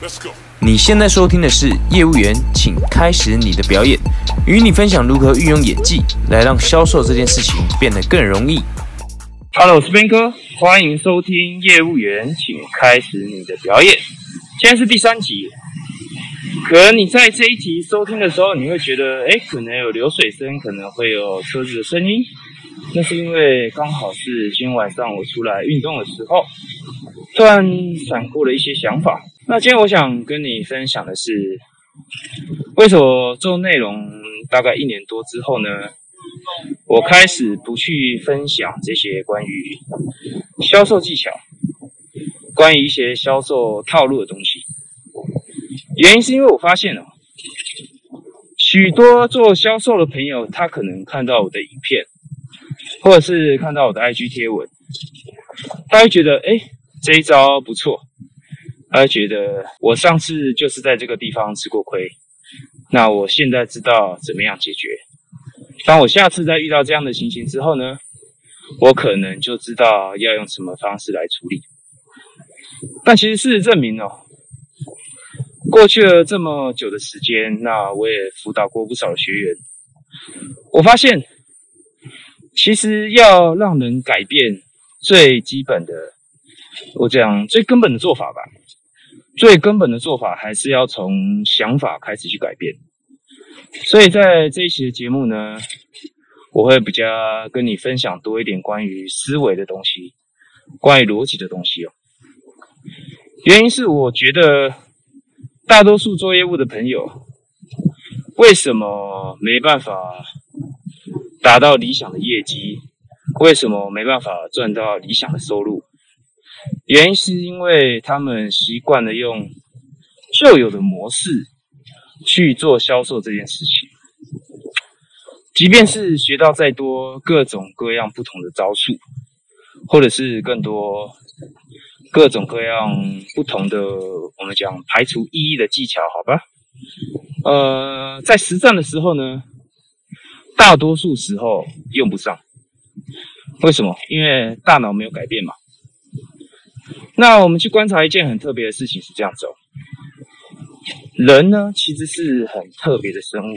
Let's go。 你现在收听的是业务员，请开始你的表演，与你分享如何运用演技来让销售这件事情变得更容易。Hello， 我是边哥，欢迎收听业务员，请开始你的表演。今天是第3集，可能你在这一集收听的时候，你会觉得，可能有流水声，可能会有车子的声音。那是因为刚好是今天晚上我出来运动的时候，突然闪过了一些想法。那今天我想跟你分享的是，为什么做内容大概1年多之后呢，我开始不去分享这些关于销售技巧，关于一些销售套路的东西。原因是因为我发现许多做销售的朋友，他可能看到我的影片，或者是看到我的 IG 贴文，他会觉得这一招不错，他会觉得我上次就是在这个地方吃过亏，那我现在知道怎么样解决。当我下次再遇到这样的情形之后呢，我可能就知道要用什么方式来处理。但其实事实证明过去了这么久的时间，那我也辅导过不少的学员，我发现其实要让人改变最基本的，我讲最根本的做法吧，最根本的做法还是要从想法开始去改变。所以在这一期的节目呢，我会比较跟你分享多一点关于思维的东西，关于逻辑的东西原因是我觉得大多数做业务的朋友，为什么没办法达到理想的业绩？为什么没办法赚到理想的收入？原因是因为他们习惯了用旧有的模式去做销售这件事情。即便是学到再多各种各样不同的招数，或者是更多各种各样不同的我们讲排除意义的技巧，好吧？在实战的时候呢，大多数时候用不上。为什么？因为大脑没有改变嘛。那我们去观察一件很特别的事情是这样子人呢其实是很特别的生物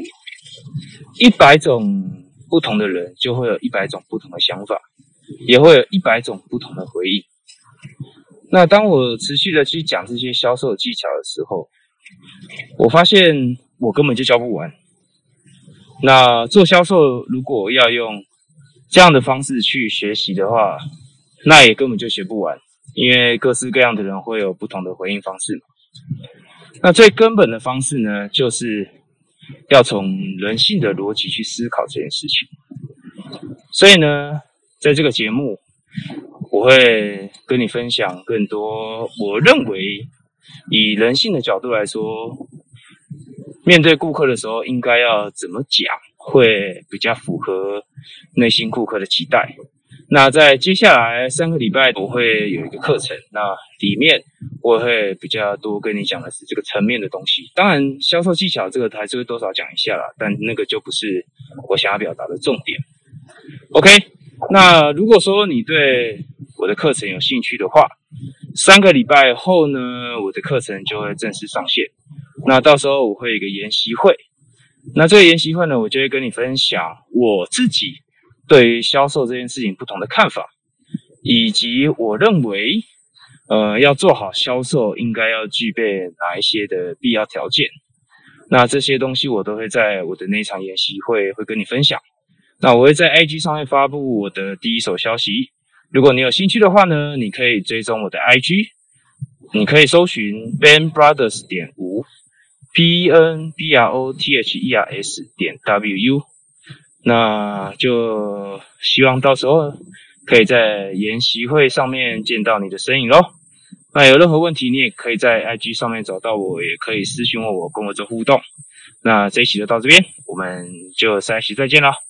，100种不同的人就会有100种不同的想法，也会有100种不同的回应。那当我持续的去讲这些销售技巧的时候，我发现我根本就教不完。那做销售如果要用这样的方式去学习的话，那也根本就学不完，因为各式各样的人会有不同的回应方式嘛。那最根本的方式呢，就是要从人性的逻辑去思考这件事情。所以呢，在这个节目我会跟你分享更多我认为以人性的角度来说，面对顾客的时候应该要怎么讲会比较符合内心顾客的期待。那在接下来3个礼拜我会有一个课程，那里面我会比较多跟你讲的是这个层面的东西。当然销售技巧这个还是会多少讲一下啦，但那个就不是我想要表达的重点。 OK， 那如果说你对我的课程有兴趣的话，3个礼拜后呢，我的课程就会正式上线。那到时候我会有一个研习会，那这个研习会呢，我就会跟你分享我自己对于销售这件事情不同的看法，以及我认为要做好销售应该要具备哪一些的必要条件。那这些东西我都会在我的那场研习会跟你分享。那我会在 IG 上面发布我的第一手消息，如果你有兴趣的话呢，你可以追踪我的 IG， 你可以搜寻 benbrothers.5 benbrothers.wu， 那就希望到时候可以在研习会上面见到你的身影咯。那有任何问题你也可以在 IG 上面找到我，也可以私讯我跟我做互动。那这一期就到这边，我们就下一期再见啦。